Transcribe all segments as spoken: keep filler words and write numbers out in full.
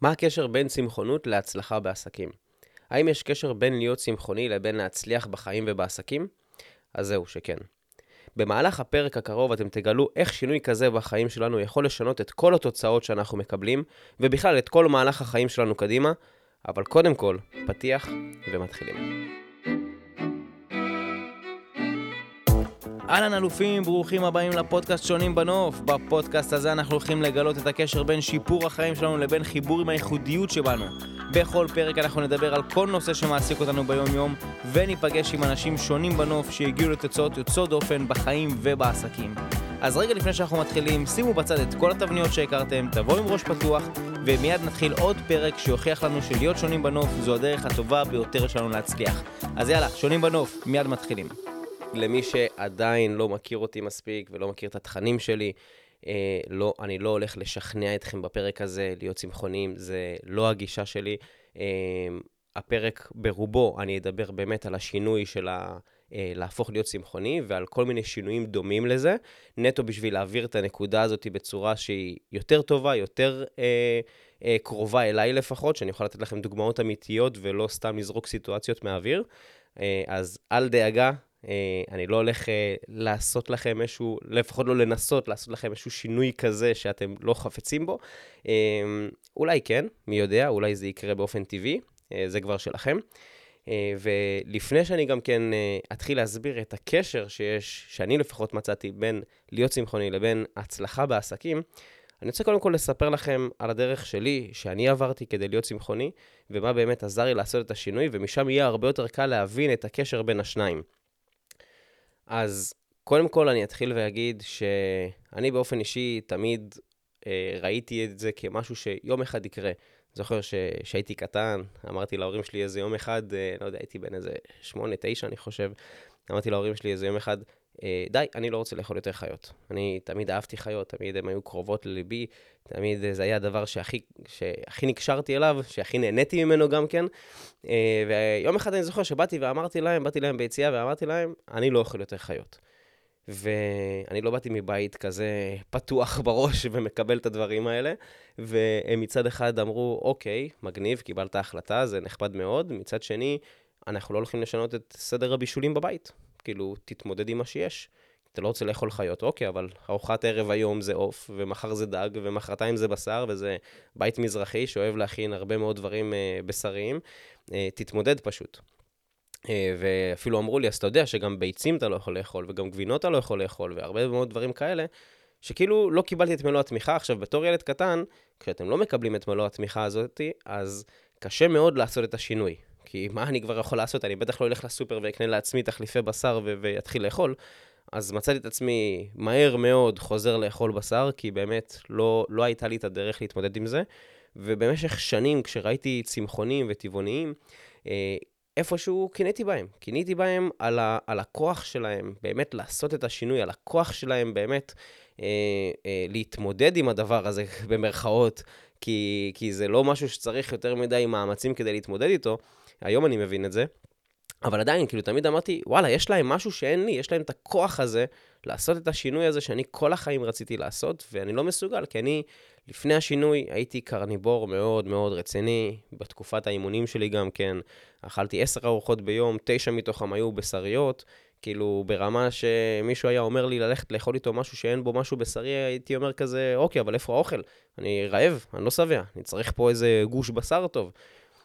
מה הקשר בין צמחונות להצלחה בעסקים? האם יש קשר בין להיות צמחוני לבין להצליח בחיים ובעסקים? אז זהו שכן. במהלך הפרק הקרוב אתם תגלו איך שינוי כזה בחיים שלנו יכול לשנות את כל התוצאות שאנחנו מקבלים, ובכלל את כל מהלך החיים שלנו קדימה, אבל קודם כל, פתיח ומתחילים. אהלן אלופים, ברוכים הבאים לפודקאסט שונים בנוף. בפודקאסט הזה אנחנו הולכים לגלות את הקשר בין שיפור החיים שלנו לבין חיבור עם הייחודיות שבנו. בכל פרק אנחנו נדבר על כל נושא שמעסיק אותנו ביום יום, וניפגש עם אנשים שונים בנוף שהגיעו לתוצאות יוצאות דופן בחיים ובעסקים. אז רגע לפני שאנחנו מתחילים, שימו בצד את כל התבניות שהכרתם, תבואו עם ראש פתוח, ומיד נתחיל עוד פרק שיוכיח לנו שלהיות שונים בנוף זו הדרך הטובה ביותר שלנו להצליח. אז יאללה, שונים בנוף, מיד מתחילים. למי שעדיין לא מכיר אותי מספיק ולא מכיר את התכנים שלי, אה, לא, אני לא הולך לשכנע אתכם בפרק הזה להיות צמחוניים, זה לא הגישה שלי. אה, הפרק ברובו אני אדבר באמת על השינוי של ה... אה, להפוך להיות צמחוני ועל כל מיני שינויים דומים לזה, נטו בשביל להעביר את הנקודה הזאת בצורה שהיא יותר טובה, יותר אה, אה, קרובה אליי לפחות, שאני יכול לתת לכם דוגמאות אמיתיות ולא סתם לזרוק סיטואציות מהאוויר. אה, אז אל דאגה, אני לא הולך לעשות לכם משהו, לפחות לא לנסות לעשות לכם משהו שינוי כזה שאתם לא חפצים בו. אולי כן, מי יודע, אולי זה יקרה באופן טבעי, זה כבר שלכם. ולפני שאני גם כן אתחיל להסביר את הקשר שיש, שאני לפחות מצאתי בין להיות צמחוני לבין הצלחה בעסקים, אני רוצה קודם כל לספר לכם על הדרך שלי, שאני עברתי כדי להיות צמחוני, ומה באמת עזר לי לעשות את השינוי, ומשם יהיה הרבה יותר קל להבין את הקשר בין השניים. אז קודם כל אני אתחיל ואגיד שאני באופן אישי תמיד אה, ראיתי את זה כמשהו שיום אחד יקרה. זוכר שהייתי קטן, אמרתי להורים שלי איזה יום אחד, אה, לא יודע, הייתי בין איזה שמונה, תשע אני חושב, אמרתי להורים שלי איזה יום אחד, אה, די, אני לא רוצה לאכול יותר חיות. אני תמיד אהבתי חיות, תמיד הן היו קרובות לליבי, תמיד זה היה הדבר שהכי, שהכי נקשרתי אליו, שהכי נהניתי ממנו גם כן. אה, ויום אחד אני זוכר שבאתי ואמרתי להם, באתי להם ביציאה ואמרתי להם, אני לא אוכל יותר חיות. ואני לא באתי מבית כזה פתוח בראש ומקבל את הדברים האלה, והם מצד אחד אמרו, אוקיי, מגניב, קיבלת החלטה, זה נכבד מאוד. מצד שני, אנחנו לא הולכים לשנות את סדר הבישולים בבית. כאילו, תתמודד עם מה שיש. אתה לא רוצה לאכול חיות, אוקיי, אבל ארוחת ערב היום זה עוף, ומחר זה דג, ומחרתיים זה בשר, וזה בית מזרחי שאוהב להכין הרבה מאוד דברים אה, בשריים. אה, תתמודד פשוט. ואפילו אמרו לי, אז אתה יודע שגם ביצים אתה לא יכול לאכול, וגם גבינות אתה לא יכול לאכול, והרבה מאוד דברים כאלה, שכאילו לא קיבלתי את מלוא התמיכה. עכשיו, בתור ילד קטן, כשאתם לא מקבלים את מלוא התמיכה הזאת, אז קשה מאוד לעשות את השינוי. כי מה אני כבר יכול לעשות? אני בטח לא אלך לסופר ויקנה לעצמי תחליפי בשר ו- ויתחיל לאכול. אז מצאתי את עצמי מהר מאוד חוזר לאכול בשר, כי באמת לא, לא הייתה לי את הדרך להתמודד עם זה. ובמשך שנים, כשראיתי צמחונים וטבעוניים, איפשהו קניתי בהם, קניתי בהם על, ה, על הכוח שלהם, באמת לעשות את השינוי, על הכוח שלהם באמת אה, אה, להתמודד עם הדבר הזה במרכאות, כי, כי זה לא משהו שצריך יותר מדי מאמצים כדי להתמודד איתו. היום אני מבין את זה, אבל עדיין, כאילו תמיד אמרתי, וואלה, יש להם משהו שאין לי, יש להם את הכוח הזה לעשות את השינוי הזה שאני כל החיים רציתי לעשות, ואני לא מסוגל, כי אני לפני השינוי הייתי קרניבור מאוד מאוד רציני, בתקופת האימונים שלי גם כן, אכלתי עשר ארוחות ביום, תשע מתוכם היו בשריות, כאילו ברמה שמישהו היה אומר לי ללכת לאכול איתו משהו שאין בו משהו בשרי, הייתי אומר כזה, אוקיי, אבל איפה האוכל? אני רעב, אני לא שבע, אני צריך פה איזה גוש בשר טוב.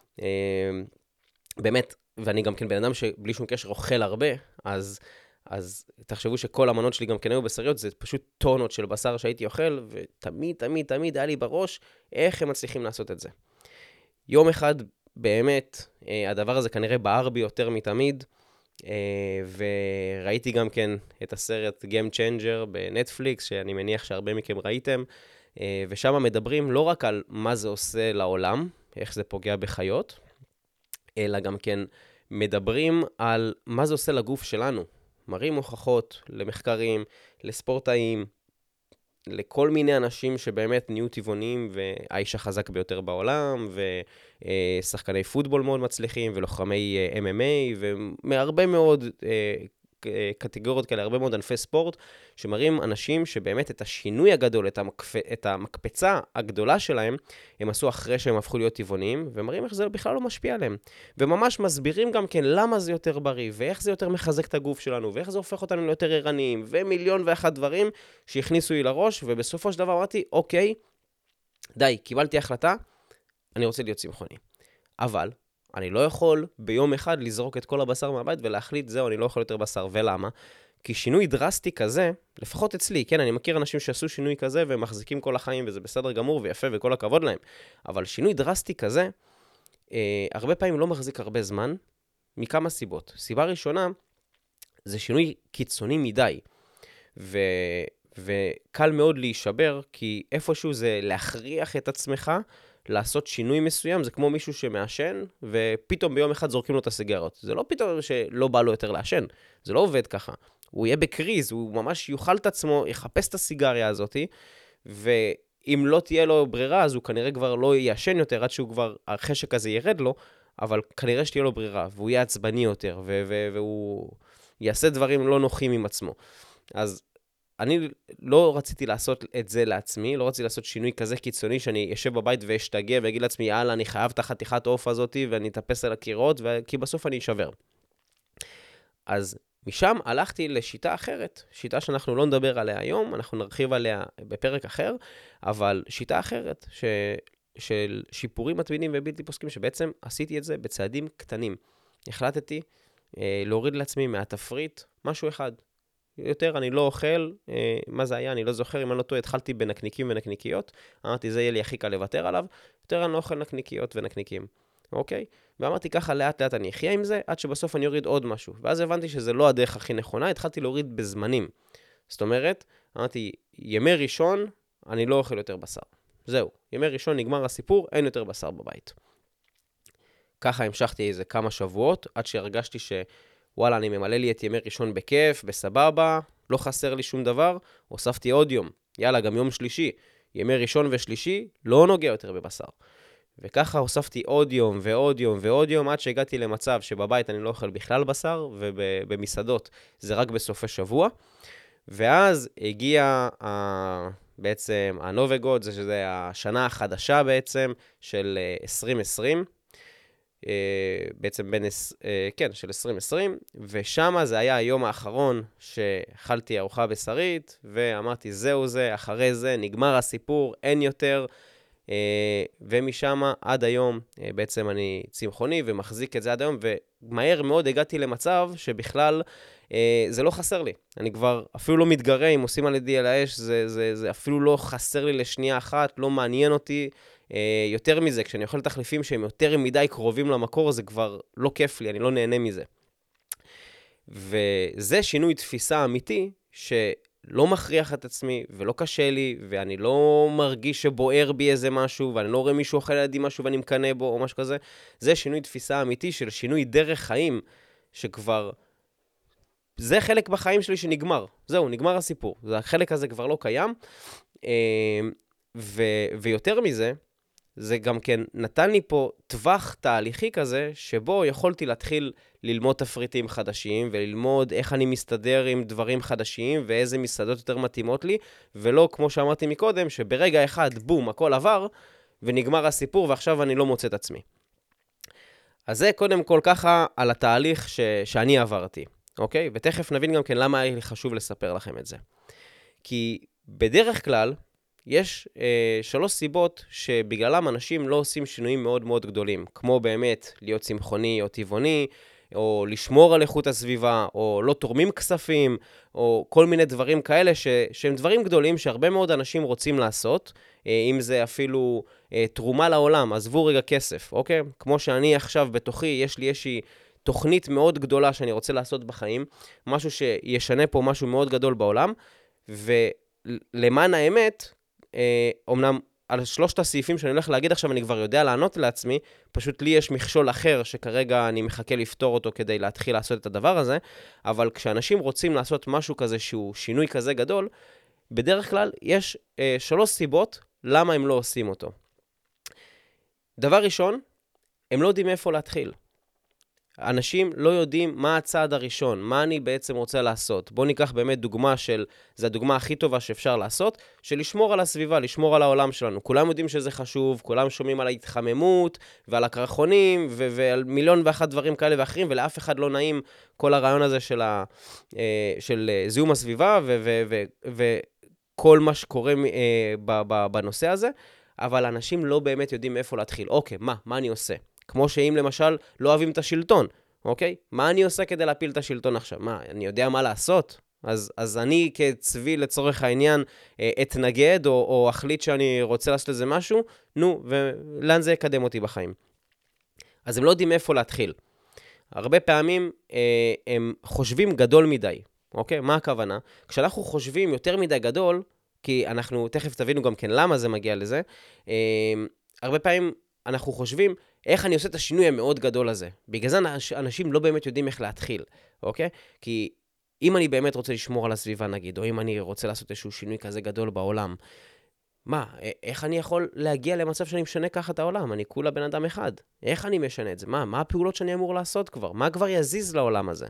באמת, ואני גם כן בן אדם שבלי שום קשר אוכל הרבה, אז, אז תחשבו שכל המנות שלי גם כן היו בשריות, זה פשוט טונות של בשר שהייתי אוכל, ותמיד, תמיד, תמיד היה לי בראש איך הם מצליחים לעשות את זה. יום אחד, באמת, הדבר הזה כנראה בער בי יותר מתמיד, וראיתי גם כן את הסרט Game Changer בנטפליקס, שאני מניח שהרבה מכם ראיתם, ושם מדברים לא רק על מה זה עושה לעולם, איך זה פוגע בחיות, אלא גם כן מדברים על מה זה עושה לגוף שלנו. מראים הוכחות למחקרים, לספורטאים, לכל מיני אנשים שבאמת נהיו טבעוניים והאיש החזק ביותר בעולם, ושחקני פוטבול מאוד מצליחים, ולוחמי אם אם איי, ומהרבה מאוד קטגוריות כאלה, הרבה מאוד ענפי ספורט, שמראים אנשים שבאמת את השינוי הגדול, את, המקפ... את המקפצה הגדולה שלהם, הם עשו אחרי שהם הפכו להיות טבעוניים, ומראים איך זה בכלל לא משפיע עליהם. וממש מסבירים גם כן למה זה יותר בריא, ואיך זה יותר מחזק את הגוף שלנו, ואיך זה הופך אותנו ליותר ערניים, ומיליון ואחת דברים שהכניסו לי לראש, ובסופו של דבר אמרתי, אוקיי, די, קיבלתי החלטה, אני רוצה להיות צמחוני. אבל אני לא יכול ביום אחד לזרוק את כל הבשר מהבית ולהחליט, זהו, אני לא יכול יותר בשר. ולמה? כי שינוי דרסטי כזה, לפחות אצלי, כן, אני מכיר אנשים שעשו שינוי כזה והם מחזיקים כל החיים, וזה בסדר גמור ויפה וכל הכבוד להם. אבל שינוי דרסטי כזה, אה, הרבה פעמים לא מחזיק הרבה זמן, מכמה סיבות. סיבה ראשונה, זה שינוי קיצוני מדי. ו... וקל מאוד להישבר, כי איפשהו זה להכריח את עצמך, לעשות שינוי מסוים, זה כמו מישהו שמעשן, ופתאום ביום אחד זורקים לו את הסיגרות. זה לא פתאום שלא בא לו יותר לעשן, זה לא עובד ככה. הוא יהיה בקריז, הוא ממש יאכל את עצמו, יחפש את הסיגריה הזאת, ואם לא תהיה לו ברירה, אז הוא כנראה כבר לא יעשן יותר, עד שהוא כבר, החשק הזה ירד לו, אבל כנראה שתהיה לו ברירה, והוא יהיה עצבני יותר, ו- ו- והוא יעשה דברים לא נוחים עם עצמו. אז אני לא רציתי לעשות את זה לעצמי, לא רציתי לעשות שינוי כזה קיצוני, שאני יושב בבית ואשתגע ואגיד לעצמי, יאללה, אני חייב את החתיכת העוף הזאת, ואני אטפס על הקירות, כי בסוף אני אשבר. אז משם הלכתי לשיטה אחרת, שיטה שאנחנו לא נדבר עליה היום, אנחנו נרחיב עליה בפרק אחר, אבל שיטה אחרת, ש... של שיפורים מתמידים ובלתי פוסקים, שבעצם עשיתי את זה בצעדים קטנים. החלטתי אה, להוריד לעצמי מהתפריט משהו אחד. יותר אני לא אוכל, אה, מה זה היה, אני לא זוכר, אם אני לא טועה, התחלתי בנקניקים ונקניקיות, אמרתי, זה יהיה לי הכי קל לוותר עליו, יותר אני לא אוכל נקניקיות ונקניקים, אוקיי? ואמרתי, ככה לאט לאט אני אחיה עם זה, עד שבסוף אני אוריד עוד משהו, ואז הבנתי שזה לא הדרך הכי נכונה, התחלתי להוריד בזמנים. זאת אומרת, אמרתי, ימי ראשון, אני לא אוכל יותר בשר. זהו, ימי ראשון נגמר הסיפור, אין יותר בשר בבית. ככה המשכתי איזה כמה שבועות, עד שהרגשתי ש... וואלה, אני ממלא לי את ימי ראשון בכיף, בסבבה, לא חסר לי שום דבר, הוספתי עוד יום, יאללה, גם יום שלישי, ימי ראשון ושלישי, לא נוגע יותר בבשר. וככה הוספתי עוד יום ועוד יום ועוד יום, עד שהגעתי למצב שבבית אני לא אוכל בכלל בשר, ובמסעדות זה רק בסופי שבוע. ואז הגיע ה... בעצם הנובגוד, זה שזה השנה החדשה בעצם של עשרים עשרים, בעצם בין, כן, של עשרים עשרים, ושם זה היה היום האחרון שאכלתי ארוחה בשרית, ואמרתי, זהו זה, אחרי זה נגמר הסיפור, אין יותר, ומשם עד היום בעצם אני צמחוני ומחזיק את זה עד היום, ומהר מאוד הגעתי למצב שבכלל זה לא חסר לי. אני כבר אפילו לא מתגרה אם עושים על ידי על האש, זה, זה, זה אפילו לא חסר לי לשנייה אחת, לא מעניין אותי. יותר מזה, כשאני אוכל תחליפים שהם יותר מדי קרובים למקור, זה כבר לא כיף לי, אני לא נהנה מזה. וזה שינוי תפיסה אמיתי, שלא מכריח את עצמי, ולא קשה לי, ואני לא מרגיש שבוער בי איזה משהו, ואני לא רואה מישהו אוכל לידי משהו ואני מקנה בו, או משהו כזה. זה שינוי תפיסה אמיתי של שינוי דרך חיים, שכבר... זה חלק בחיים שלי שנגמר. זהו, נגמר הסיפור. החלק הזה כבר לא קיים. ו... ויותר מזה, זה גם כן נתן לי פה טווח תהליכי כזה, שבו יכולתי להתחיל ללמוד תפריטים חדשים, וללמוד איך אני מסתדר עם דברים חדשים, ואיזה מסעדות יותר מתאימות לי, ולא כמו שאמרתי מקודם, שברגע אחד, בום, הכל עבר, ונגמר הסיפור, ועכשיו אני לא מוצא את עצמי. אז זה קודם כל ככה על התהליך ש... שאני עברתי, אוקיי? ותכף נבין גם כן למה היה לי חשוב לספר לכם את זה. כי בדרך כלל, יש אה, שלוש סיבות שבגללם אנשים לא עושים שינויים מאוד מאוד גדולים, כמו באמת להיות צמחוני או טבעוני, או לשמור על איכות הסביבה, או לא תורמים כספים, או כל מיני דברים כאלה ש, שהם דברים גדולים שהרבה מאוד אנשים רוצים לעשות, אה, אם זה אפילו אה, תרומה לעולם, עזבו רגע כסף, אוקיי? כמו שאני עכשיו בתוכי, יש לי איזושהי תוכנית מאוד גדולה שאני רוצה לעשות בחיים, משהו שישנה פה משהו מאוד גדול בעולם, ולמען האמת, אומנם על שלושת הסעיפים שאני הולך להגיד עכשיו, אני כבר יודע לענות לעצמי, פשוט לי יש מכשול אחר שכרגע אני מחכה לפתור אותו כדי להתחיל לעשות את הדבר הזה, אבל כשאנשים רוצים לעשות משהו כזה שהוא שינוי כזה גדול, בדרך כלל יש אה, שלוש סיבות למה הם לא עושים אותו. דבר ראשון, הם לא יודעים איפה להתחיל. אנשים לא יודעים מה הצעד הראשון, מה אני בעצם רוצה לעשות. בואו ניקח באמת דוגמה של, זו הדוגמה הכי טובה שאפשר לעשות, של לשמור על הסביבה, לשמור על העולם שלנו. כולם יודעים שזה חשוב, כולם שומעים על ההתחממות ועל הקרחונים ו- ועל מיליון ואחת דברים כאלה ואחרים, ולאף אחד לא נעים כל הרעיון הזה של, ה- של זיהום הסביבה ו- ו- ו- וכל מה שקורה בנושא הזה, אבל אנשים לא באמת יודעים איפה להתחיל. אוקיי, מה? מה אני עושה? כמו שאם למשל לא אוהבים את השלטון, אוקיי? מה אני עושה כדי להפיל את השלטון עכשיו? מה, אני יודע מה לעשות? אז, אז אני כצבי לצורך העניין אתנגד או, או החליט שאני רוצה לעשות לזה משהו, נו, ולאן זה יקדם אותי בחיים? אז הם לא יודעים איפה להתחיל. הרבה פעמים אה, הם חושבים גדול מדי, אוקיי? מה הכוונה? כשאנחנו חושבים יותר מדי גדול, כי אנחנו תכף תבינו גם כן למה זה מגיע לזה, אה, הרבה פעמים אנחנו חושבים איך אני עושה את השינוי המאוד גדול הזה. בגלל זה אנשים לא באמת יודעים איך להתחיל, אוקיי? כי אם אני באמת רוצה לשמור על הסביבה נגיד, או אם אני רוצה לעשות איזשהו שינוי כזה גדול בעולם, מה, איך אני יכול להגיע למצב שאני משנה ככה את העולם? אני כולה בן אדם אחד. איך אני משנה את זה? מה, מה הפעולות שאני אמור לעשות כבר? מה כבר יזיז לעולם הזה?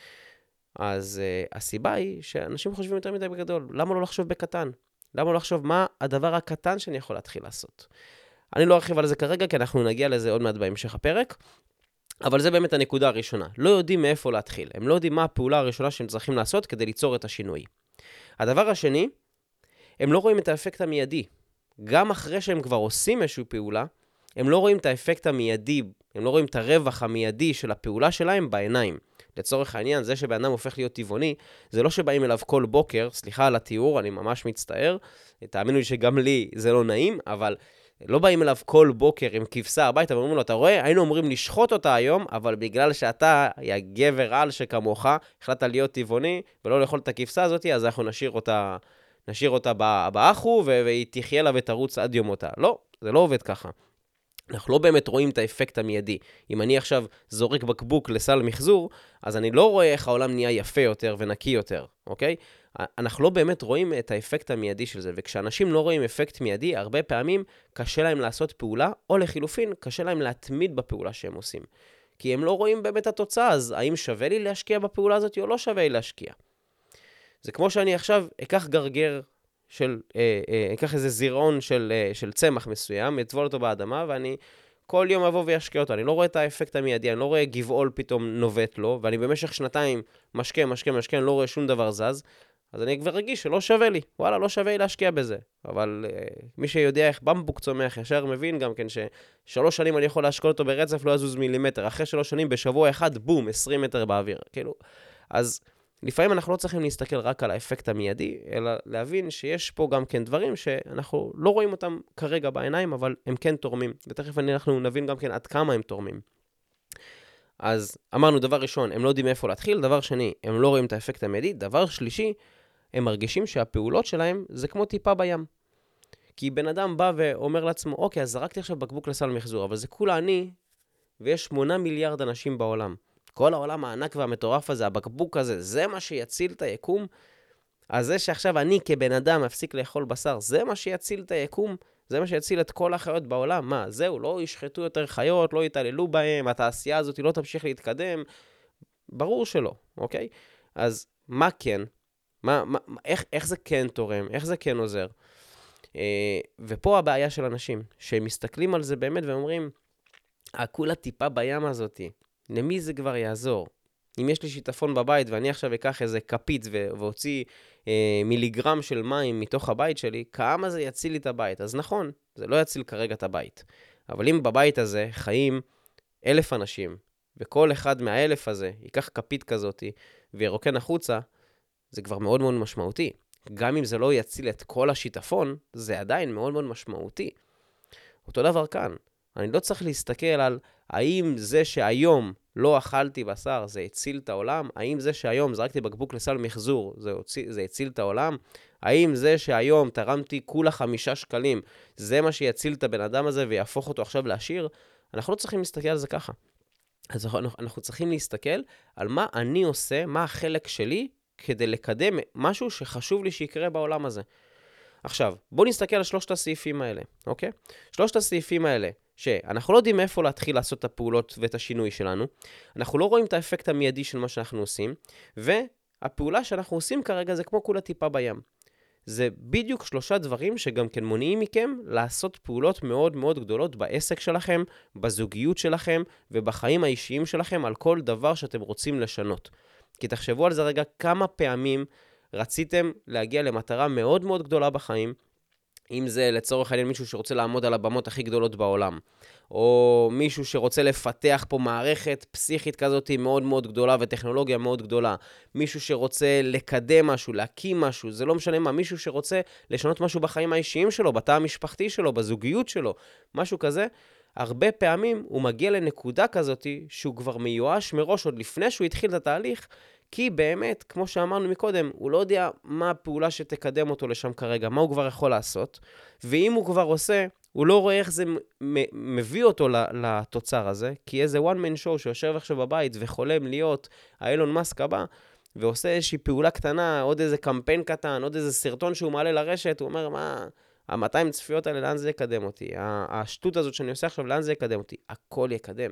אז uh, הסיבה היא שאנשים חושבים יותר מדי בגדול. למה לא לחשוב בקטן? למה לא לחשוב מה הדבר הקטן שאני יכול להתחיל לעשות? אני לא ארחיב על זה כרגע, כי אנחנו נגיע לזה עוד מעט בהמשך הפרק, אבל זה באמת הנקודה הראשונה. לא יודעים מאיפה להתחיל. הם לא יודעים מה הפעולה הראשונה שהם צריכים לעשות כדי ליצור את השינוי. הדבר השני, הם לא רואים את האפקט המיידי. גם אחרי שהם כבר עושים איזושהי פעולה, הם לא רואים את האפקט המיידי, הם לא רואים את הרווח המיידי של הפעולה שלהם בעיניים. לצורך העניין, זה שבן אדם הופך להיות טבעוני, זה לא שבאים אליו כל בוקר, סליחה על התיאור, אני ממש מצטער, תאמינו לי שגם לי זה לא נעים, אבל לא באים אליו כל בוקר עם כבשה הביתה, ואומרים לו, אתה רואה, היינו אומרים לשחוט אותה היום, אבל בגלל שאתה, יא גבר על שכמוך, החלטת להיות טבעוני, ולא לאכול את הכבשה הזאת, אז אנחנו נשאיר אותה, נשאיר אותה באחו, והיא תחיה לה ותרוץ עד יום אותה. לא, זה לא עובד ככה. אנחנו לא באמת רואים את האפקט המיידי. אם אני עכשיו זורק בקבוק לסל מחזור, אז אני לא רואה איך העולם נהיה יפה יותר ונקי יותר, אוקיי? אנחנו לא באמת רואים את האפקט המיידי של זה, וכשאנשים לא רואים אפקט מיידי, הרבה פעמים קשה להם לעשות פעולה, או לחילופין, קשה להם להתמיד בפעולה שהם עושים. כי הם לא רואים באמת את התוצאה, אז האם שווה לי להשקיע בפעולה הזאת או לא שווה לי להשקיע? זה כמו שאני עכשיו אקח גרגר של, אה, אה, אקח איזה זירעון של, אה, של צמח מסוים, אטבול אותו באדמה, ואני כל יום אבוא וישקיע אותו. אני לא רואה את האפקט המיידי, אני לא רואה גבעול פתאום נובט לו, ואני במשך שנתיים משקה, משקה, משקה, אני לא רואה שום דבר זז, אז אני כבר רגיש שלא שווה לי. וואלה, לא שווה לי להשקיע בזה. אבל אה, מי שיודע איך במבוק צומח, ישר מבין גם כן ששלוש שנים אני יכול להשקול אותו ברצף, לא יזוז מילימטר. אחרי שלוש שנים בשבוע אחד, בום, עשרים מטר באוויר. כאילו, אז לפעמים אנחנו לא צריכים להסתכל רק על האפקט המיידי, אלא להבין שיש פה גם כן דברים שאנחנו לא רואים אותם כרגע בעיניים, אבל הם כן תורמים. ותכף אנחנו נבין גם כן עד כמה הם תורמים. אז אמרנו, דבר ראשון, הם לא יודעים איפה להתחיל. דבר שני, הם לא רואים את האפקט המיידי. דבר שלישי, הם מרגישים שהפעולות שלהם זה כמו טיפה בים. כי בן אדם בא ואומר לעצמו, אוקיי, אז זרקתי עכשיו בקבוק לסל מחזור, אבל זה כולה אני, ויש שמונה מיליארד אנשים בעולם. כל העולם הענק והמטורף הזה, הבקבוק הזה, זה מה שיציל את היקום. אז זה שעכשיו אני כבן אדם מפסיק לאכול בשר, זה מה שיציל את היקום, זה מה שיציל את כל החיות בעולם. מה, זהו, לא ישחטו יותר חיות, לא יתעללו בהם, התעשייה הזאת לא תמשיך להתקדם. ברור שלא, אוקיי? אז מה כן? מה, מה, איך, איך זה כן תורם? איך זה כן עוזר? אה, ופה הבעיה של אנשים, שהם מסתכלים על זה באמת ואומרים, הכולה טיפה בים הזאת, למי זה כבר יעזור? אם יש לי שיטפון בבית ואני עכשיו אקח איזה כפית והוציא אה, מיליגרם של מים מתוך הבית שלי, כמה זה יציל לי את הבית? אז נכון, זה לא יציל כרגע את הבית. אבל אם בבית הזה חיים אלף אנשים, וכל אחד מהאלף הזה ייקח כפית כזאת וירוקן החוצה, זה כבר מאוד מאוד משמעותי. גם אם זה לא יציל את כל השיטפון, זה עדיין מאוד מאוד משמעותי. אותו דבר כאן. אני לא צריך להסתכל על האם זה שהיום לא אכלתי בשר, זה הציל את העולם? האם זה שהיום זרקתי בקבוק לסל מחזור, זה, הציל, זה הציל את העולם? האם זה שהיום תרמתי כולה חמישה שקלים, זה מה שיציל את הבן אדם הזה ויהפוך אותו עכשיו לעשיר? אנחנו לא צריכים להסתכל על זה ככה. אז אנחנו צריכים להסתכל על מה אני עושה, מה החלק שלי, כדי לקדם משהו שחשוב לי שיקרה בעולם הזה. עכשיו, בואו נסתכל על שלושת הסעיפים האלה, אוקיי? שלושת הסעיפים האלה, שאנחנו לא יודעים מאיפה להתחיל לעשות את הפעולות ואת השינוי שלנו, אנחנו לא רואים את האפקט המיידי של מה שאנחנו עושים, והפעולה שאנחנו עושים כרגע זה כמו כולה טיפה בים. זה בדיוק שלושה דברים שגם כן מונעים מכם לעשות פעולות מאוד מאוד גדולות בעסק שלכם, בזוגיות שלכם ובחיים האישיים שלכם על כל דבר שאתם רוצים לשנות. כי תחשבו על זה רגע כמה פעמים רציתם להגיע למטרה מאוד מאוד גדולה בחיים, אם זה לצורך העניין מישהו שרוצה לעמוד על הבמות הכי גדולות בעולם, או מישהו שרוצה לפתח פה מערכת פסיכית כזאת מאוד מאוד גדולה וטכנולוגיה מאוד גדולה, מישהו שרוצה לקדם משהו, להקים משהו, זה לא משנה מה, מישהו שרוצה לשנות משהו בחיים האישיים שלו, בתא המשפחתי שלו, בזוגיות שלו, משהו כזה, הרבה פעמים הוא מגיע לנקודה כזאת שהוא כבר מיואש מראש עוד לפני שהוא התחיל את התהליך, כי באמת, כמו שאמרנו מקודם, הוא לא יודע מה הפעולה שתקדם אותו לשם כרגע, מה הוא כבר יכול לעשות, ואם הוא כבר עושה, הוא לא רואה איך זה מביא אותו לתוצר הזה, כי איזה one man show שיושב עכשיו בבית וחולם להיות האילון מאסק הבא, ועושה איזושהי פעולה קטנה, עוד איזה קמפיין קטן, עוד איזה סרטון שהוא מעלה לרשת, הוא אומר, מה, ה-מאתיים צפיות האלה, לאן זה יקדם אותי? השטות הזאת שאני עושה עכשיו, לאן זה יקדם אותי? הכל יקדם.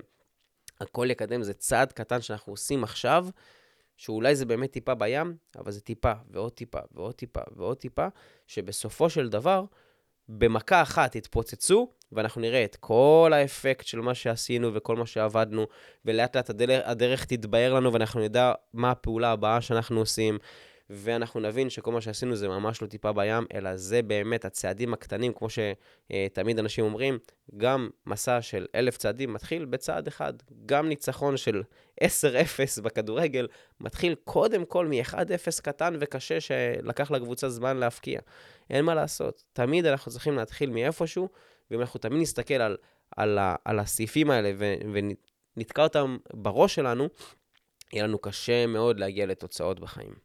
הכל יקדם, זה צעד קטן שאנחנו עושים עכשיו, שאולי זה באמת טיפה בים, אבל זה טיפה, ועוד טיפה, ועוד טיפה, ועוד טיפה, שבסופו של דבר, במכה אחת התפוצצו, ואנחנו נראה את כל האפקט של מה שעשינו וכל מה שעבדנו, ולאט לאט הדרך, הדרך תתבהר לנו, ואנחנו נדע מה הפעולה הבאה שאנחנו עושים, ואנחנו נבין שכל מה שעשינו זה ממש לא טיפה בים, אלא זה באמת הצעדים הקטנים, כמו שתמיד אנשים אומרים, גם מסע של אלף צעדים מתחיל בצעד אחד, גם ניצחון של עשר אפס בכדורגל, מתחיל קודם כל מ-אחד אפס קטן וקשה שלקח לקבוצה זמן להפקיע. אין מה לעשות, תמיד אנחנו צריכים להתחיל מאיפשהו, ואם אנחנו תמיד נסתכל על, על, על הסעיפים האלה ו, ונתקע אותם בראש שלנו, יהיה לנו קשה מאוד להגיע לתוצאות בחיים.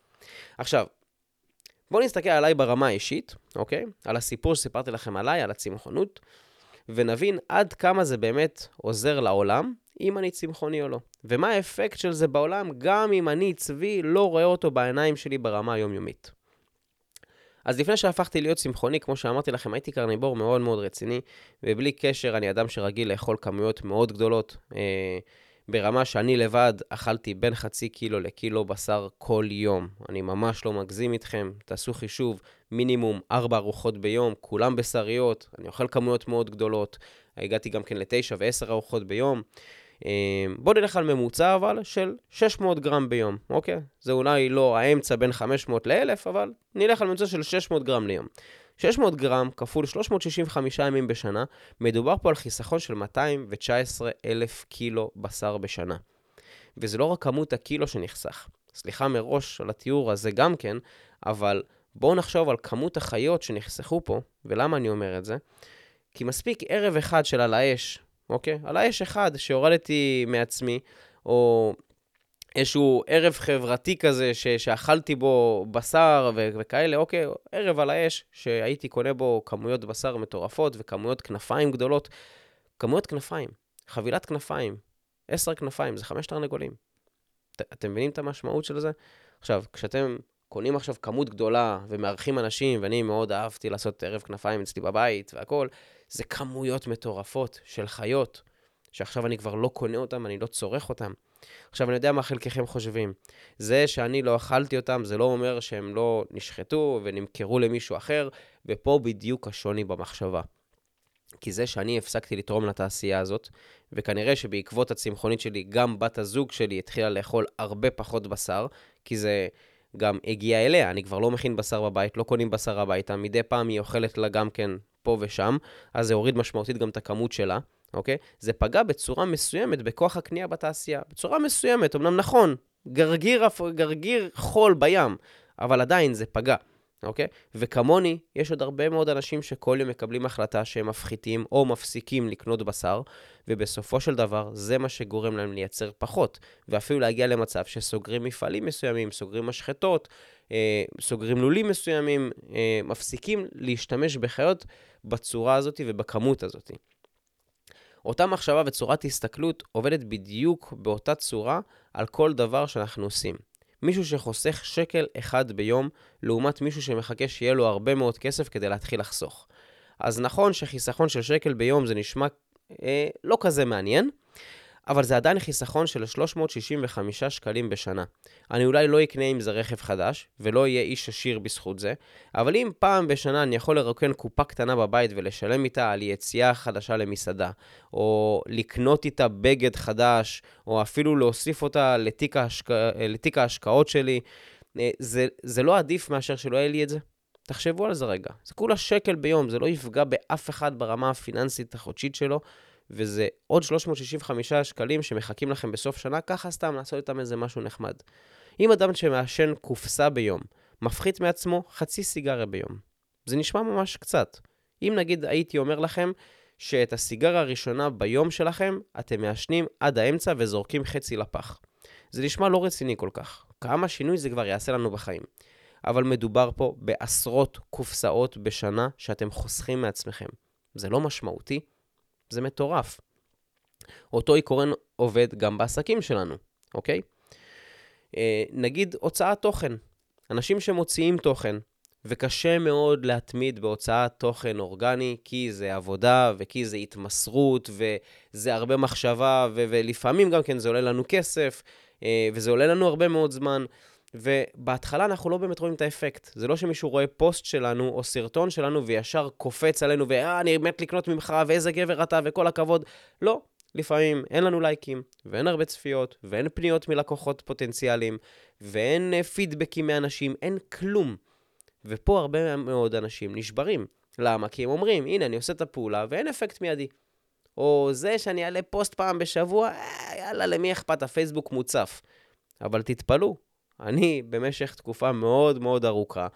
עכשיו, בואו נסתכל עליי ברמה האישית, אוקיי? על הסיפור שסיפרתי לכם עליי, על הצמחונות, ונבין עד כמה זה באמת עוזר לעולם, אם אני צמחוני או לא. ומה האפקט של זה בעולם, גם אם אני צבי לא רואה אותו בעיניים שלי ברמה היומיומית. אז לפני שהפכתי להיות צמחוני, כמו שאמרתי לכם, הייתי קרניבור מאוד מאוד רציני, ובלי קשר אני אדם שרגיל לאכול כמויות מאוד גדולות, אה, ברמה שאני לבד אכלתי בין חצי קילו לקילו בשר כל יום. אני ממש לא מגזים איתכם, תעשו חישוב, מינימום ארבע ארוחות ביום, כולם בשריות, אני אוכל כמויות מאוד גדולות, הגעתי גם כן לתשע ועשר ארוחות ביום. בואו נלך על ממוצע אבל של שש מאות גרם ביום, אוקיי? זה אולי לא האמצע בין חמש מאות ל-אלף, אבל נלך על ממוצע של שש מאות גרם ליום. שש מאות גרם כפול שלוש מאות שישים וחמישה ימים בשנה, מדובר פה על חיסכון של מאתיים ותשע עשרה אלף קילו בשר בשנה. וזה לא רק כמות הקילו שנחסך. סליחה מראש על התיאור הזה גם כן, אבל בואו נחשוב על כמות החיות שנחסכו פה, ולמה אני אומר את זה? כי מספיק ערב אחד של על האש, אוקיי? על האש אחד שהורדתי מעצמי, או איזשהו ערב חברתי כזה ש- שאכלתי בו בשר ו- וכאלה, אוקיי, ערב על האש שהייתי קונה בו כמויות בשר מטורפות וכמויות כנפיים גדולות, כמויות כנפיים, חבילת כנפיים, עשר כנפיים, זה חמש תרנגולים. את- אתם מבינים את המשמעות של זה? עכשיו, כשאתם קונים עכשיו כמות גדולה ומארחים אנשים, ואני מאוד אהבתי לעשות ערב כנפיים אצלי בבית והכל, זה כמויות מטורפות של חיות, שעכשיו אני כבר לא קונה אותם, אני לא צורך אותם. עכשיו, אני יודע מה חלקכם חושבים. זה שאני לא אכלתי אותם, זה לא אומר שהם לא נשחטו ונמכרו למישהו אחר, ופה בדיוק השוני במחשבה. כי זה שאני הפסקתי לתרום לתעשייה הזאת, וכנראה שבעקבות הצמחונית שלי, גם בת הזוג שלי התחילה לאכול הרבה פחות בשר, כי זה גם הגיע אליה, אני כבר לא מכין בשר בבית, לא קונים בשר הביתה, מדי פעם היא אוכלת לה גם כן פה ושם, אז זה הוריד משמעותית גם את הכמות שלה. אוקיי? זה פגע בצורה מסוימת בכוח הקנייה בתעשייה. בצורה מסוימת, אמנם נכון, גרגיר, גרגיר חול בים, אבל עדיין זה פגע. אוקיי? וכמוני, יש עוד הרבה מאוד אנשים שכל יום מקבלים החלטה שהם מפחיתים או מפסיקים לקנות בשר, ובסופו של דבר זה מה שגורם להם לייצר פחות, ואפילו להגיע למצב שסוגרים מפעלים מסוימים, סוגרים משחטות, אה, סוגרים לולים מסוימים, אה, מפסיקים להשתמש בחיות בצורה הזאת ובכמות הזאת. אותה מחשבה וצורת הסתכלות עובדת בדיוק באותה צורה על כל דבר שאנחנו עושים. מישהו שחוסך שקל אחד ביום, לעומת מישהו שמחכה שיהיה לו הרבה מאוד כסף כדי להתחיל לחסוך. אז נכון שחיסכון של שקל ביום זה נשמע אה, לא כזה מעניין, אבל זה עדיין חיסכון של שלוש מאות שישים וחמישה שקלים בשנה. אני אולי לא אקנה עם זה רכב חדש, ולא יהיה איש עשיר בזכות זה, אבל אם פעם בשנה אני יכול לרוקן קופה קטנה בבית ולשלם איתה על יציאה חדשה למסעדה, או לקנות איתה בגד חדש, או אפילו להוסיף אותה לתיק, ההשק... לתיק ההשקעות שלי, זה, זה לא עדיף מאשר שלא יהיה לי את זה. תחשבו על זה רגע. זה כולה שקל ביום, זה לא יפגע באף אחד ברמה הפיננסית החודשית שלו, וזה עוד שלוש מאות שישים וחמישה שקלים שמחכים לכם בסוף שנה, ככה סתם לעשות איתם איזה משהו נחמד. אם אדם שמעשן קופסה ביום, מפחית מעצמו חצי סיגריה ביום. זה נשמע ממש קצת. אם נגיד הייתי אומר לכם שאת הסיגריה הראשונה ביום שלכם, אתם מעשנים עד האמצע וזורקים חצי לפח. זה נשמע לא רציני כל כך. כמה שינוי זה כבר יעשה לנו בחיים. אבל מדובר פה בעשרות קופסאות בשנה שאתם חוסכים מעצמכם. זה לא משמעותי? זה מטורף. אותו עיקרון עובד גם בעסקים שלנו, אוקיי? אה, נגיד הוצאת תוכן. אנשים שמוציאים תוכן, וקשה מאוד להתמיד בהוצאת תוכן אורגני, כי זה עבודה, וכי זה התמסרות, וזה הרבה מחשבה, ו- ולפעמים גם כן זה עולה לנו כסף, אה, וזה עולה לנו הרבה מאוד זמן, ובהתחלה אנחנו לא באמת רואים את האפקט. זה לא שמישהו רואה פוסט שלנו או סרטון שלנו וישר קופץ עלינו ואה, אני מת לקנות ממך ואיזה גבר אתה וכל הכבוד. לא, לפעמים אין לנו לייקים ואין הרבה צפיות ואין פניות מלקוחות פוטנציאליים ואין פידבקים מאנשים, אין כלום. ופה הרבה מאוד אנשים נשברים. למה? כי הם אומרים, הנה אני עושה את הפעולה ואין אפקט מיידי. או זה שאני אעלה פוסט פעם בשבוע, אה, יאללה, למי אכפת? הפייסבוק מוצף. אבל תתפלו. אני במשך תקופה מאוד מאוד ארוכה,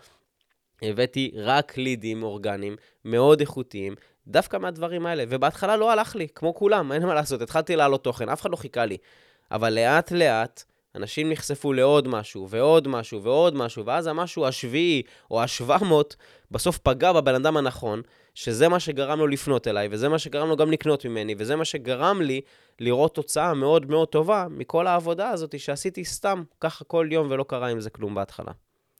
הבאתי רק לידים אורגניים, מאוד איכותיים, דווקא מהדברים האלה, ובהתחלה לא הלך לי, כמו כולם, אין מה לעשות, התחלתי לעלות תוכן, אף אחד לא חיכה לי, אבל לאט לאט, אנשים נחשפו לעוד משהו, ועוד משהו, ועוד משהו, ואז המשהו השביעי, או השבע מאות, בסוף פגע בבן אדם הנכון, שזה מה שגרם לו לפנות אליי, וזה מה שגרם לו גם לקנות ממני, וזה מה שגרם לי לראות תוצאה מאוד מאוד טובה, מכל העבודה הזאת שעשיתי סתם, ככה כל יום, ולא קרה עם זה כלום בהתחלה.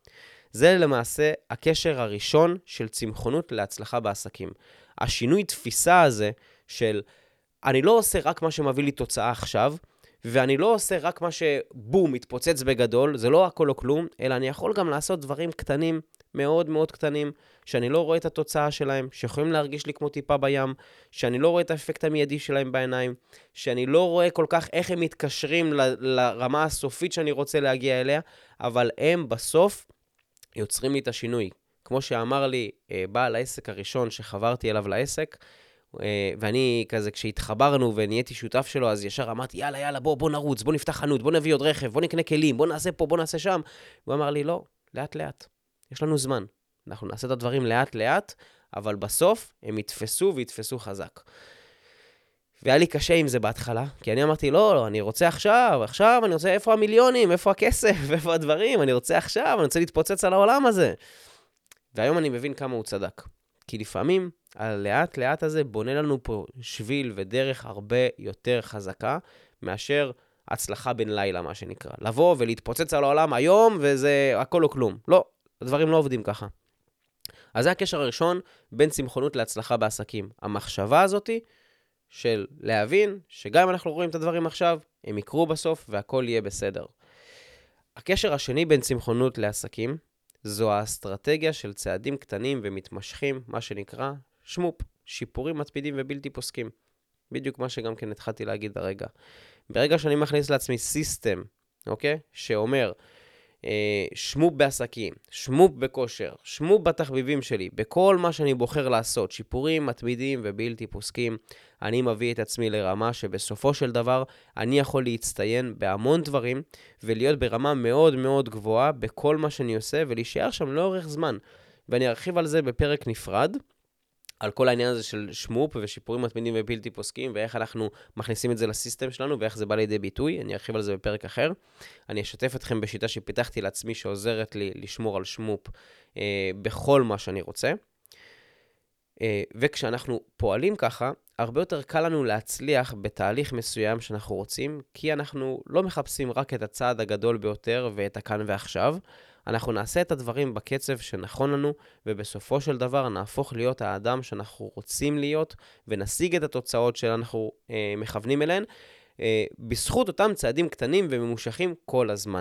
זה למעשה הקשר הראשון של צמחונות להצלחה בעסקים. השינוי תפיסה הזה של, אני לא עושה רק מה שמביא לי תוצאה עכשיו, ואני לא עושה רק מה שבום, מתפוצץ בגדול, זה לא הכל או כלום, אלא אני יכול גם לעשות דברים קטנים, מאוד מאוד קטנים, שאני לא רואה את התוצאה שלהם, שיכולים להרגיש לי כמו טיפה בים, שאני לא רואה את האפקט המיידי שלהם בעיניים, שאני לא רואה כל כך איך הם מתקשרים ל- לרמה הסופית שאני רוצה להגיע אליה, אבל הם בסוף יוצרים לי את השינוי. כמו שאמר לי בעל העסק הראשון שחברתי אליו לעסק, ואני כזה, כשהתחברנו ונהייתי שותף שלו, אז ישר אמרתי, יאללה, יאללה, בוא, בוא נרוץ, בוא נפתח חנות, בוא נביא עוד רכב, בוא נקנה כלים, בוא נעשה פה, בוא נעשה שם. הוא אמר לי, לא, לאט לאט. יש לנו זמן. אנחנו נעשה את הדברים לאט לאט, אבל בסוף הם יתפסו ויתפסו חזק. והיה לי קשה עם זה בהתחלה, כי אני אמרתי, לא, לא, אני רוצה עכשיו, עכשיו אני רוצה, איפה המיליונים, איפה הכסף, איפה הדברים, אני רוצה עכשיו, אני רוצה להתפוצץ על העולם הזה. והיום אני מבין כמה הוא צדק. כי לפעמים, הלאט לאט הזה בונה לנו פה שביל ודרך הרבה יותר חזקה, מאשר הצלחה בין לילה, מה שנקרא. לבוא ולהתפוצץ על העולם היום, וזה הכל או כלום. לא, הדברים לא עובדים ככה. אז זה הקשר הראשון בין צמחונות להצלחה בעסקים. המחשבה הזאת של להבין שגם אם אנחנו רואים את הדברים עכשיו, הם יקרו בסוף והכל יהיה בסדר. הקשר השני בין צמחונות לעסקים, זו האסטרטגיה של צעדים קטנים ומתמשכים, מה שנקרא שמופ, שיפורים מתמידים ובלתי פוסקים. בדיוק מה שגם כן התחלתי להגיד הרגע. ברגע שאני מכניס לעצמי סיסטם, אוקיי? שאומר, אה, שמופ בעסקים, שמופ בכושר, שמופ בתחביבים שלי, בכל מה שאני בוחר לעשות, שיפורים מתמידים ובלתי פוסקים, אני מביא את עצמי לרמה שבסופו של דבר אני יכול להצטיין בהמון דברים, ולהיות ברמה מאוד מאוד גבוהה בכל מה שאני עושה, ולהישאר שם לאורך זמן. ואני ארחיב על זה בפרק נפרד, על כל העניין הזה של שמופ ושיפורים מתמידים ובלתי פוסקים, ואיך אנחנו מכניסים את זה לסיסטם שלנו, ואיך זה בא לידי ביטוי. אני ארחיב על זה בפרק אחר. אני אשתף אתכם בשיטה שפיתחתי לעצמי, שעוזרת לי לשמור על שמופ אה, בכל מה שאני רוצה. אה, וכשאנחנו פועלים ככה, הרבה יותר קל לנו להצליח בתהליך מסוים שאנחנו רוצים, כי אנחנו לא מחפשים רק את הצעד הגדול ביותר ואת הכאן ועכשיו, אנחנו נעשה את הדברים בקצב שנכון לנו, ובסופו של דבר נהפוך להיות האדם שאנחנו רוצים להיות, ונשיג את התוצאות שאנחנו אה, מכוונים אליהן, אה, בזכות אותם צעדים קטנים וממושכים כל הזמן.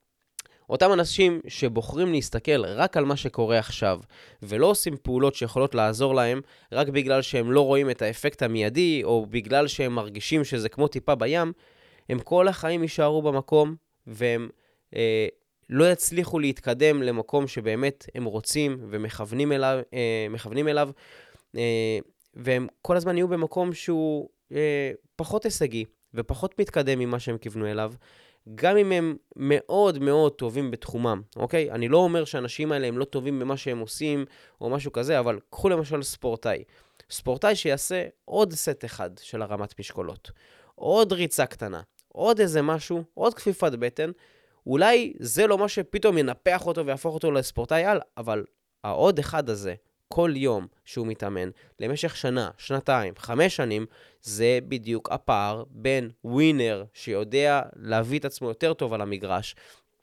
אותם אנשים שבוחרים להסתכל רק על מה שקורה עכשיו, ולא עושים פעולות שיכולות לעזור להם, רק בגלל שהם לא רואים את האפקט המיידי, או בגלל שהם מרגישים שזה כמו טיפה בים, הם כל החיים יישארו במקום, והם אה, לא יצליחו להתקדם למקום שבאמת הם רוצים ומכוונים אליו, אה, מכוונים אליו, אה, והם כל הזמן יהיו במקום שהוא אה, פחות הישגי, ופחות מתקדם ממה שהם כיוונו אליו, גם אם הם מאוד מאוד טובים בתחומם, אוקיי? אני לא אומר שאנשים האלה הם לא טובים במה שהם עושים, או משהו כזה, אבל קחו למשל ספורטאי. ספורטאי שיעשה עוד סט אחד של הרמת משקולות, עוד ריצה קטנה, עוד איזה משהו, עוד כפיפת בטן, אולי זה לא מה שפתאום ינפח אותו ויהפוך אותו לספורטאי על, אבל העוד אחד הזה, כל יום שהוא מתאמן, למשך שנה, שנתיים, חמש שנים, זה בדיוק הפער בין ווינר שיודע להביא את עצמו יותר טוב על המגרש,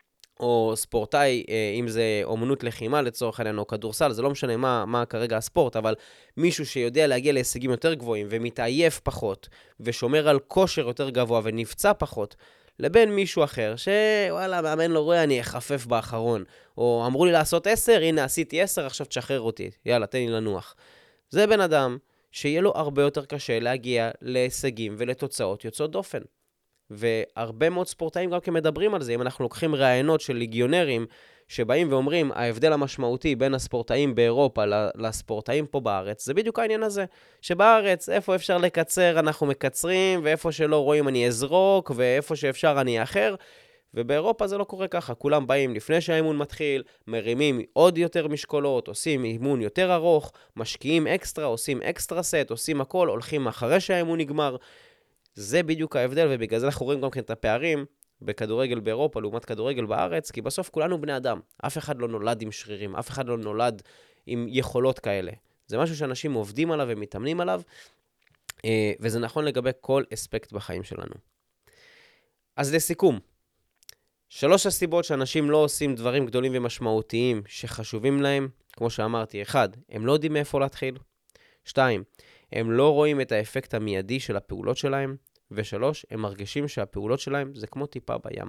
או ספורטאי, אם זה אומנות לחימה לצורך העניין, או כדורסל, זה לא משנה מה, מה כרגע הספורט, אבל מישהו שיודע להגיע להישגים יותר גבוהים, ומתעייף פחות, ושומר על כושר יותר גבוה, ונפצע פחות, לבין מישהו אחר, שוואלה, מאמן לא רואה, אני אחפף באחרון. או אמרו לי לעשות עשר, הנה עשיתי עשר, עכשיו תשחרר אותי. יאללה, תן לי לנוח. זה בן אדם שיהיה לו הרבה יותר קשה להגיע להישגים ולתוצאות יוצאות דופן. והרבה מאוד ספורטאים גם כמדברים על זה. אם אנחנו לוקחים רעיונות של ליגיונרים, שבאים ואומרים, ההבדל המשמעותי בין הספורטאים באירופה לספורטאים פה בארץ, זה בדיוק העניין הזה. שבארץ, איפה אפשר לקצר, אנחנו מקצרים, ואיפה שלא רואים אני אזרוק, ואיפה שאפשר אני אחר. ובאירופה זה לא קורה ככה. כולם באים לפני שהאימון מתחיל, מרימים עוד יותר משקולות, עושים אימון יותר ארוך, משקיעים אקסטרה, עושים אקסטרה סט, עושים הכל, הולכים אחרי שהאימון נגמר. זה בדיוק ההבדל, ובגלל זה אנחנו רואים גם כן את הפערים, בכדורגל באירופה, לעומת כדורגל בארץ, כי בסוף כולנו בני אדם. אף אחד לא נולד עם שרירים, אף אחד לא נולד עם יכולות כאלה. זה משהו שאנשים עובדים עליו ומתאמנים עליו, וזה נכון לגבי כל אספקט בחיים שלנו. אז לסיכום, שלוש הסיבות שאנשים לא עושים דברים גדולים ומשמעותיים שחשובים להם, כמו שאמרתי, אחד, הם לא יודעים מאיפה להתחיל. שתיים, הם לא רואים את האפקט המיידי של הפעולות שלהם. ושלוש, הם מרגישים שהפעולות שלהם זה כמו טיפה בים.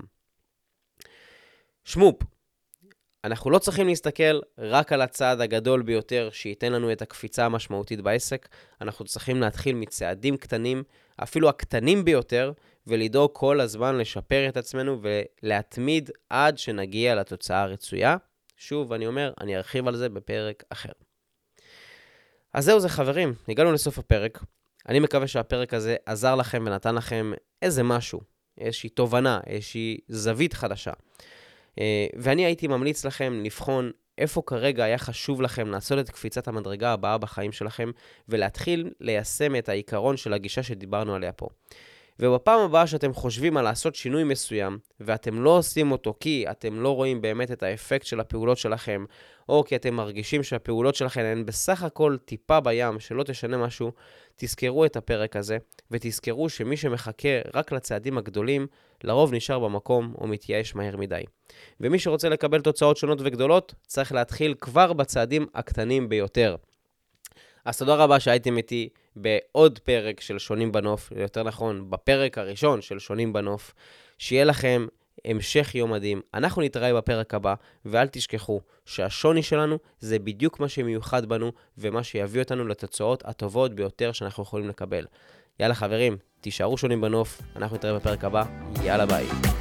שמופ, אנחנו לא צריכים להסתכל רק על הצעד הגדול ביותר שייתן לנו את הקפיצה המשמעותית בעסק, אנחנו צריכים להתחיל מצעדים קטנים, אפילו הקטנים ביותר, ולדאוג כל הזמן לשפר את עצמנו ולהתמיד עד שנגיע לתוצאה הרצויה. שוב, אני אומר, אני ארחיב על זה בפרק אחר. אז זהו זה חברים, הגענו לסוף הפרק. אני מקווה שהפרק הזה עזר לכם ונתן לכם איזה משהו, איזושהי תובנה, איזושהי זווית חדשה. ואני הייתי ממליץ לכם לבחון איפה כרגע היה חשוב לכם לעשות את קפיצת המדרגה הבאה בחיים שלכם, ולהתחיל ליישם את העיקרון של הגישה שדיברנו עליה פה. ובפעם הבאה שאתם חושבים על לעשות שינוי מסוים, ואתם לא עושים אותו כי אתם לא רואים באמת את האפקט של הפעולות שלכם, או כי אתם מרגישים שהפעולות שלכם הן בסך הכל טיפה בים, שלא תשנה משהו, תזכרו את הפרק הזה, ותזכרו שמי שמחכה רק לצעדים הגדולים, לרוב נשאר במקום או מתייאש מהר מדי. ומי שרוצה לקבל תוצאות שונות וגדולות, צריך להתחיל כבר בצעדים הקטנים ביותר. אז תודה רבה שהייתם איתי בעוד פרק של שונים בנוף, יותר נכון, בפרק הראשון של שונים בנוף. שיהיה לכם המשך יום מדהים. אנחנו נתראה בפרק הבא, ואל תשכחו שהשוני שלנו זה בדיוק מה שמיוחד בנו, ומה שיביא אותנו לתוצאות הטובות ביותר שאנחנו יכולים לקבל. יאללה חברים, תישארו שונים בנוף, אנחנו נתראה בפרק הבא, יאללה ביי.